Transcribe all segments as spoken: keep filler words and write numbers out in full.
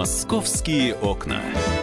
Московские окна.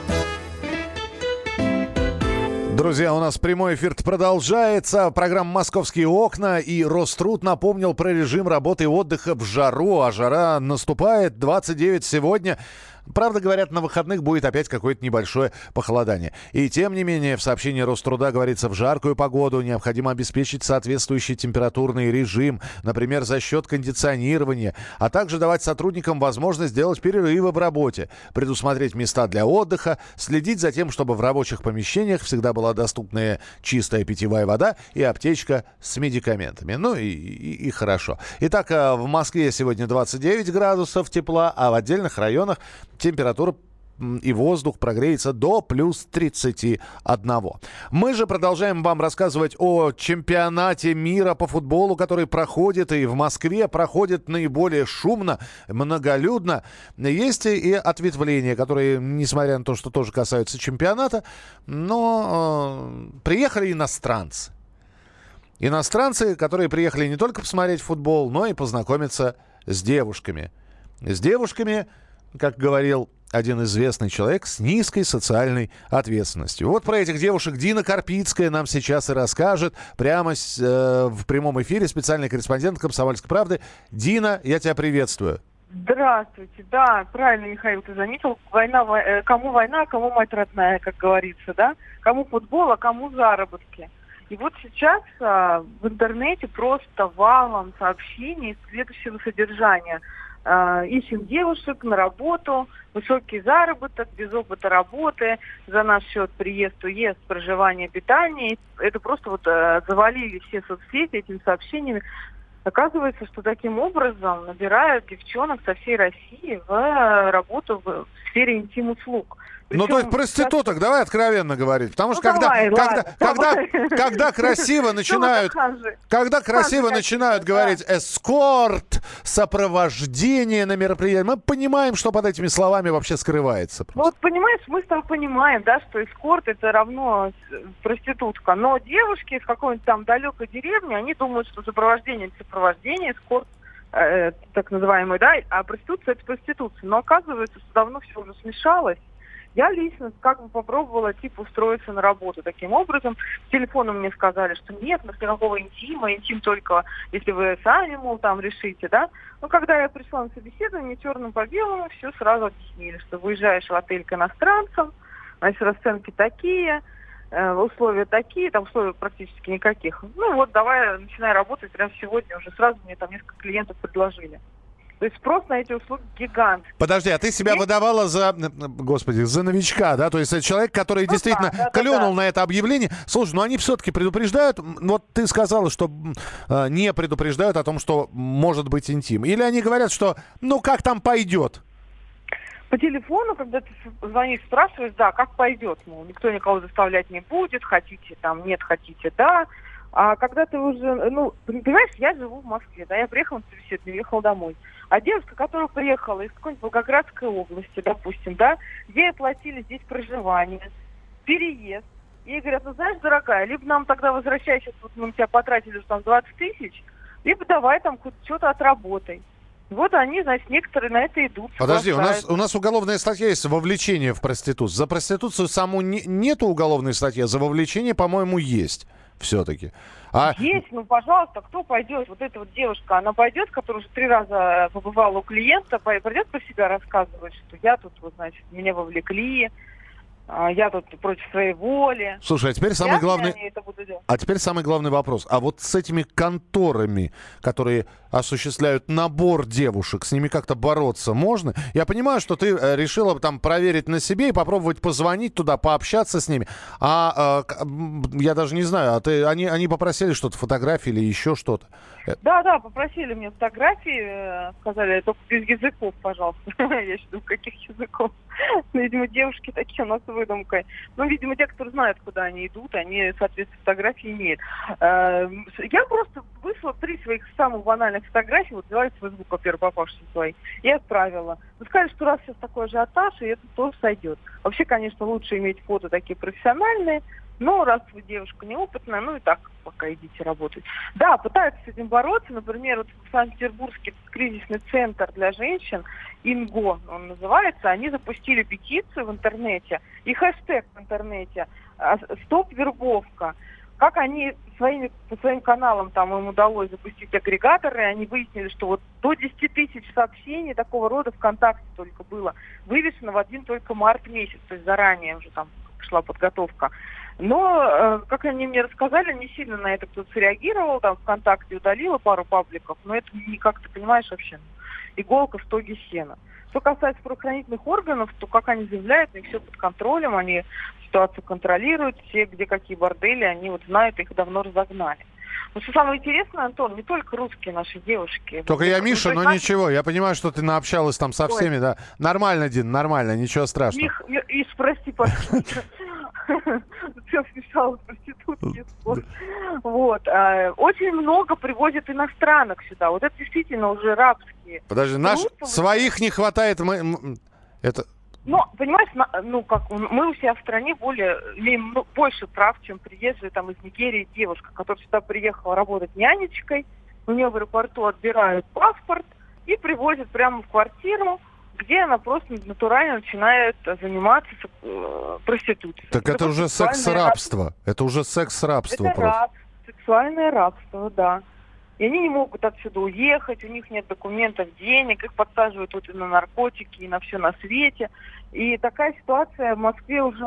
Друзья, у нас прямой эфир продолжается. Программа «Московские окна». И Роструд напомнил про режим работы и отдыха в жару. А жара наступает. двадцать девять сегодня. Правда, говорят, на выходных будет опять какое-то небольшое похолодание. И тем не менее, в сообщении Роструда говорится, в жаркую погоду необходимо обеспечить соответствующий температурный режим, например, за счет кондиционирования, а также давать сотрудникам возможность сделать перерывы в работе, предусмотреть места для отдыха, следить за тем, чтобы в рабочих помещениях всегда была доступная чистая питьевая вода и аптечка с медикаментами. Ну и, и, и хорошо. Итак, в Москве сегодня двадцать девять градусов тепла, а в отдельных районах температура и воздух прогреется до плюс тридцати одного. Мы же продолжаем вам рассказывать о чемпионате мира по футболу, который проходит и в Москве проходит наиболее шумно, многолюдно. Есть и ответвления, которые, несмотря на то, что тоже касаются чемпионата, но э, приехали иностранцы. Иностранцы, которые приехали не только посмотреть футбол, но и познакомиться с девушками. С девушками, как говорил один известный человек, с низкой социальной ответственностью. Вот про этих девушек Дина Карпицкая нам сейчас и расскажет. Прямо с, э, в прямом эфире специальный корреспондент «Комсомольской правды». Дина, я тебя приветствую. Здравствуйте. Да, правильно, Михаил, ты заметил. Война, э, кому война, кому мать родная, как говорится, да? Кому футбол, а кому заработки. И вот сейчас а, в интернете просто валом сообщений следующего содержания. Ищем девушек на работу, высокий заработок, без опыта работы, за наш счет приезд, уезд, проживание, питание. Это просто вот завалили все соцсети этими сообщениями. Оказывается, что таким образом набирают девчонок со всей России в работу в сфере интим-услуг. Причем, ну, то есть проституток, да, давай откровенно говорить. Потому что ну, когда, давай, когда, ладно, когда, давай. когда красиво начинают, когда красиво ханжи, начинают да. говорить эскорт, сопровождение на мероприятии, мы понимаем, что под этими словами вообще скрывается. Ну, вот понимаешь, мы с тобой понимаем, да, что эскорт это равно проститутка. Но девушки из какой-нибудь там далекой деревни, они думают, что сопровождение это сопровождение, эскорт э, так называемый, да, а проституция это проституция. Но оказывается, что давно все уже смешалось. Я лично как бы попробовала типа устроиться на работу таким образом. Телефоном мне сказали, что нет, ну никакого интима, интим только если вы сами, мол, там решите, да. Но когда я пришла на собеседование, черным по белому все сразу объяснили, что выезжаешь в отель к иностранцам, значит, расценки такие, э, условия такие, там условий практически никаких. Ну вот, давай, начинай работать прямо сегодня уже. Сразу мне там несколько клиентов предложили. То есть спрос на эти услуги гигантский. Подожди, а ты себя и... выдавала за, господи, за новичка, да? То есть это человек, который ну, действительно да, да, клюнул да, да. на это объявление. Слушай, ну они все-таки предупреждают. Вот ты сказала, что э, не предупреждают о том, что может быть интим. Или они говорят, что ну как там пойдет? По телефону, когда ты звонишь, спрашиваешь, да, как пойдет. Мол, никто никого заставлять не будет. Хотите там, нет, хотите, да. А когда ты уже, ну, понимаешь, я живу в Москве, да, я приехала на собеседование, уехала домой. А девушка, которая приехала из какой-нибудь Волгоградской области, допустим, да, ей оплатили здесь проживание, переезд. Ей говорят, ну, знаешь, дорогая, либо нам тогда возвращай, сейчас вот мы на тебя потратили уже там двадцать тысяч, либо давай там хоть что-то отработай. Вот они, значит, некоторые на это идут. Подожди, у нас, у нас уголовная статья есть вовлечение в проституцию. За проституцию саму не, нету уголовной статьи, а за вовлечение, по-моему, есть. Все-таки. А... Есть, ну, пожалуйста, кто пойдет? Вот эта вот девушка, она пойдет, которая уже три раза побывала у клиента, пойдет про себя рассказывать, что я тут, вот, значит, меня вовлекли, я тут против своей воли. Слушай, а теперь самый я главный... А теперь самый главный вопрос. А вот с этими конторами, которые осуществляют набор девушек, с ними как-то бороться можно? Я понимаю, что ты решила там проверить на себе и попробовать позвонить туда, пообщаться с ними. А, а я даже не знаю, а ты, они, они попросили что-то, фотографии или еще что-то? Да, да, попросили мне фотографии, сказали, только без языков, пожалуйста. Я считаю, каких языков? Видимо, девушки такие у нас выдумкой. Ну, видимо, те, кто знают, куда они идут, они, соответственно, фотографии имеют. Я просто выслала три своих самых банальных фотографий, вот взяла из Фейсбука первый попавший свои, и отправила. Ну, сказали, что раз сейчас такой ажиотаж, и это тоже сойдет. Вообще, конечно, лучше иметь фото такие профессиональные, Ну, раз вы девушка неопытная, ну и так пока идите работать. Да, пытаются с этим бороться. Например, вот в Санкт-Петербургский кризисный центр для женщин, Инго он называется, они запустили петицию в интернете и хэштег в интернете «Стоп вербовка». Как они своими, по своим каналам, там им удалось запустить агрегаторы, они выяснили, что вот до десяти тысяч сообщений такого рода ВКонтакте только было вывешено в один только март месяц, то есть заранее уже там шла подготовка. Но, э, как они мне рассказали, не сильно на это кто-то среагировал, там ВКонтакте удалило пару пабликов, но это не, как ты понимаешь, вообще иголка в стоге сена. Что касается правоохранительных органов, то, как они заявляют, у них все под контролем, они ситуацию контролируют, все, где какие бордели, они вот знают, их давно разогнали. Но что самое интересное, Антон, не только русские наши девушки. Только я, Миша, ну, но ничего, я понимаю, что ты наобщалась там со всеми, Ой. да. Нормально, Дин, нормально, ничего страшного. Их, и спроси, пожалуйста. Все смешала проститутки. Вот. Очень много привозят иностранок сюда. Вот это действительно уже рабские. Подожди, наш своих не хватает. Мы это. Ну, понимаешь, ну как мы у себя в стране более имеем больше прав, чем приезжая там из Нигерии девушка, которая сюда приехала работать нянечкой. У нее в аэропорту отбирают паспорт и привозят прямо в квартиру, где она просто натурально начинает заниматься э, проституцией. Так это, это уже секс-рабство. Раб... Это уже секс-рабство. Это раб, сексуальное рабство, да. И они не могут отсюда уехать, у них нет документов, денег, их подсаживают вот и на наркотики, и на все на свете. И такая ситуация в Москве уже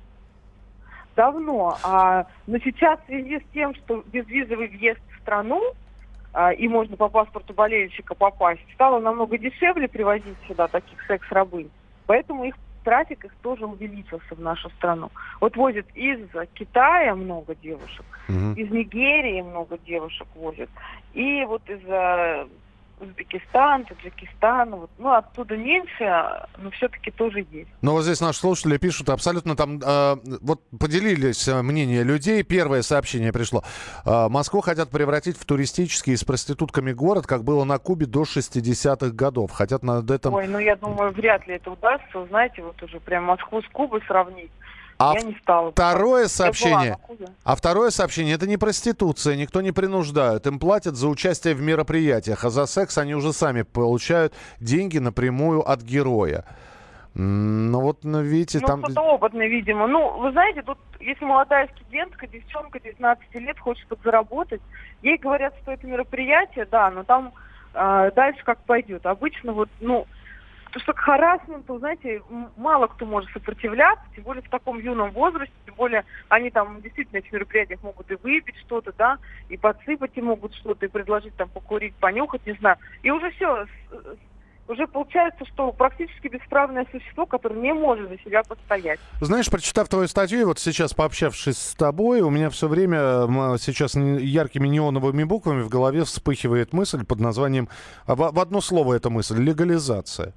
давно. А, но сейчас в связи с тем, что безвизовый въезд в страну, и можно по паспорту болельщика попасть, стало намного дешевле привозить сюда таких секс-рабынь. Поэтому их трафик их тоже увеличился в нашу страну. Вот возят из Китая много девушек, угу. из Нигерии много девушек возят, и вот из Узбекистана, Таджикистана, вот, ну, оттуда меньше, но все-таки тоже есть. Но вот здесь наши слушатели пишут абсолютно там, э, вот поделились мнения людей. Первое сообщение пришло. Э, Москву хотят превратить в туристический и с проститутками город, как было на Кубе до шестидесятых годов. Хотят над этим... Ой, ну я думаю, вряд ли это удастся, знаете, вот уже прям Москву с Кубой сравнить. А я не стала. Второе сообщение, а второе сообщение, это не проституция, никто не принуждает. Им платят за участие в мероприятиях, а за секс они уже сами получают деньги напрямую от героя. Ну вот, ну, видите, ну, там... кто-то опытный, видимо. Ну, вы знаете, тут, если молодая студентка, девчонка девятнадцати лет хочет подзаработать, ей говорят, что это мероприятие, да, но там э, дальше как пойдет. Обычно вот, ну... Потому что к харассменту, знаете, мало кто может сопротивляться, тем более в таком юном возрасте, тем более они там действительно в этих мероприятиях могут и выпить что-то, да, и подсыпать им могут что-то, и предложить там покурить, понюхать, не знаю. И уже все, уже получается, что практически бесправное существо, которое не может за себя постоять. Знаешь, прочитав твою статью, и вот сейчас пообщавшись с тобой, у меня все время сейчас яркими неоновыми буквами в голове вспыхивает мысль под названием, в, в одно слово эта мысль, легализация.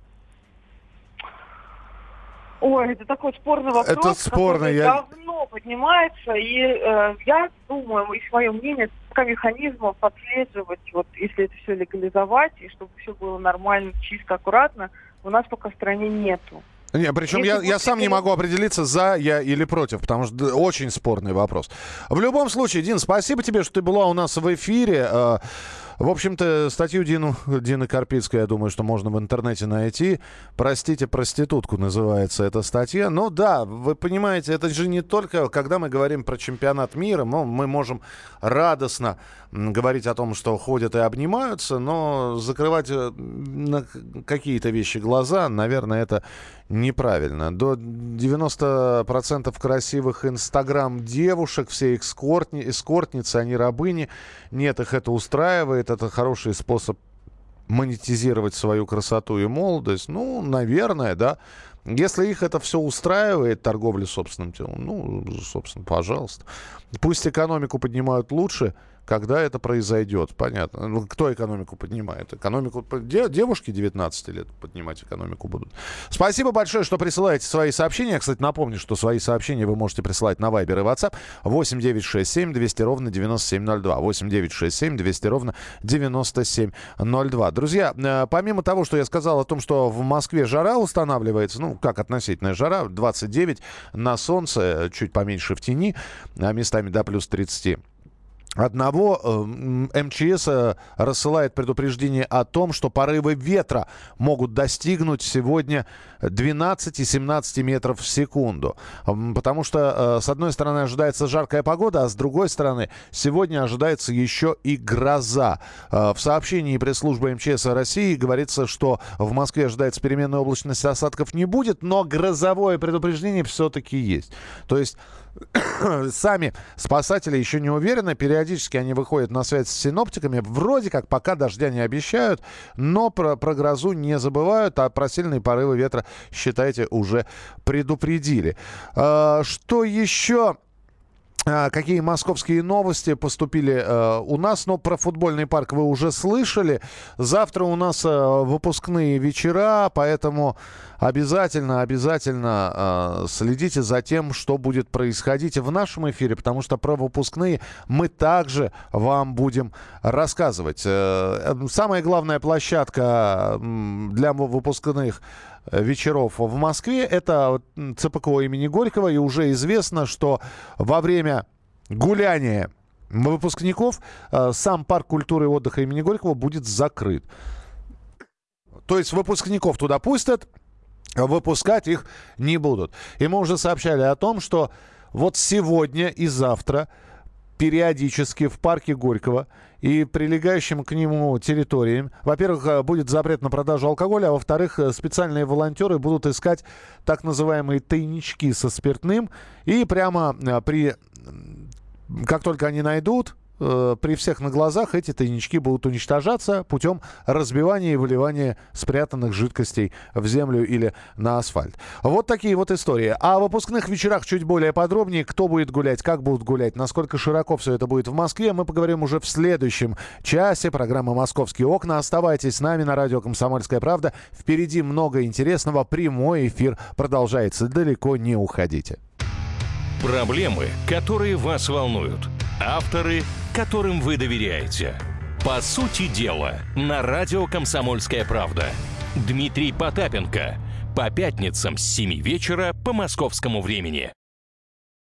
Ой, это такой спорный вопрос, это спорно, который я... давно поднимается, и э, я думаю, и свое мнение, пока механизмов отслеживать, вот если это все легализовать, и чтобы все было нормально, чисто, аккуратно, у нас пока в стране нету. Не, причем я, я сам не могу определиться, за я или против, потому что очень спорный вопрос. В любом случае, Дин, спасибо тебе, что ты была у нас в эфире. В общем-то, статью Дину, Дины Карпицкой, я думаю, что можно в интернете найти. «Простите, проститутку» называется эта статья. Но да, вы понимаете, это же не только, когда мы говорим про чемпионат мира, ну, мы можем радостно говорить о том, что ходят и обнимаются, но закрывать на какие-то вещи глаза, наверное, это неправильно. До девяноста процентов красивых инстаграм-девушек, все эскортни, эскортницы, они рабыни. Нет, их это устраивает. Это хороший способ монетизировать свою красоту и молодость. Ну, наверное, да. Если их это все устраивает, торговля собственным телом, ну, собственно, пожалуйста. Пусть экономику поднимают лучше, когда это произойдет. Понятно. Ну, кто экономику поднимает? Экономику... Девушки девятнадцати лет поднимать экономику будут. Спасибо большое, что присылаете свои сообщения. Я, кстати, напомню, что свои сообщения вы можете присылать на Viber и WhatsApp. восемь девятьсот шестьдесят семь двести ровно девяносто семь ноль два. восемь девятьсот шестьдесят семь двести ровно девяносто семь ноль два. Друзья, помимо того, что я сказал о том, что в Москве жара устанавливается, ну, как относительная жара, двадцать девять на солнце, чуть поменьше в тени, а местами до плюс тридцати. Одного э, МЧС э, рассылает предупреждение о том, что порывы ветра могут достигнуть сегодня двенадцати-семнадцати метров в секунду. Потому что, э, с одной стороны, ожидается жаркая погода, а с другой стороны, сегодня ожидается еще и гроза. Э, в сообщении пресс-службы МЧС России говорится, что в Москве ожидается переменная облачность, осадков не будет, но грозовое предупреждение все-таки есть. То есть сами спасатели еще не уверены. Периодически они выходят на связь с синоптиками. Вроде как пока дождя не обещают, но про, про грозу не забывают, а про сильные порывы ветра, считайте, уже предупредили. А, что еще? Какие московские новости поступили э, у нас? Но про футбольный парк вы уже слышали. Завтра у нас э, выпускные вечера, поэтому обязательно, обязательно э, следите за тем, что будет происходить в нашем эфире, потому что про выпускные мы также вам будем рассказывать. Э, самая главная площадка для выпускных вечеров в Москве — это ЦПКО имени Горького, и уже известно, что во время гуляния выпускников э, сам парк культуры и отдыха имени Горького будет закрыт. То есть выпускников туда пустят, выпускать их не будут. И мы уже сообщали о том, что вот сегодня и завтра периодически в парке Горького и прилегающим к нему территориям, во-первых, будет запрет на продажу алкоголя, а во-вторых, специальные волонтеры будут искать так называемые тайнички со спиртным, и прямо при, как только они найдут, при всех на глазах эти тайнички будут уничтожаться путем разбивания и выливания спрятанных жидкостей в землю или на асфальт. Вот такие вот истории. О выпускных вечерах чуть более подробнее. Кто будет гулять, как будут гулять, насколько широко все это будет в Москве, мы поговорим уже в следующем часе. Программа «Московские окна». Оставайтесь с нами на радио «Комсомольская правда». Впереди много интересного. Прямой эфир продолжается. Далеко не уходите. Проблемы, которые вас волнуют. Авторы, которым вы доверяете. По сути дела, на радио «Комсомольская правда». Дмитрий Потапенко. По пятницам с семи вечера по московскому времени.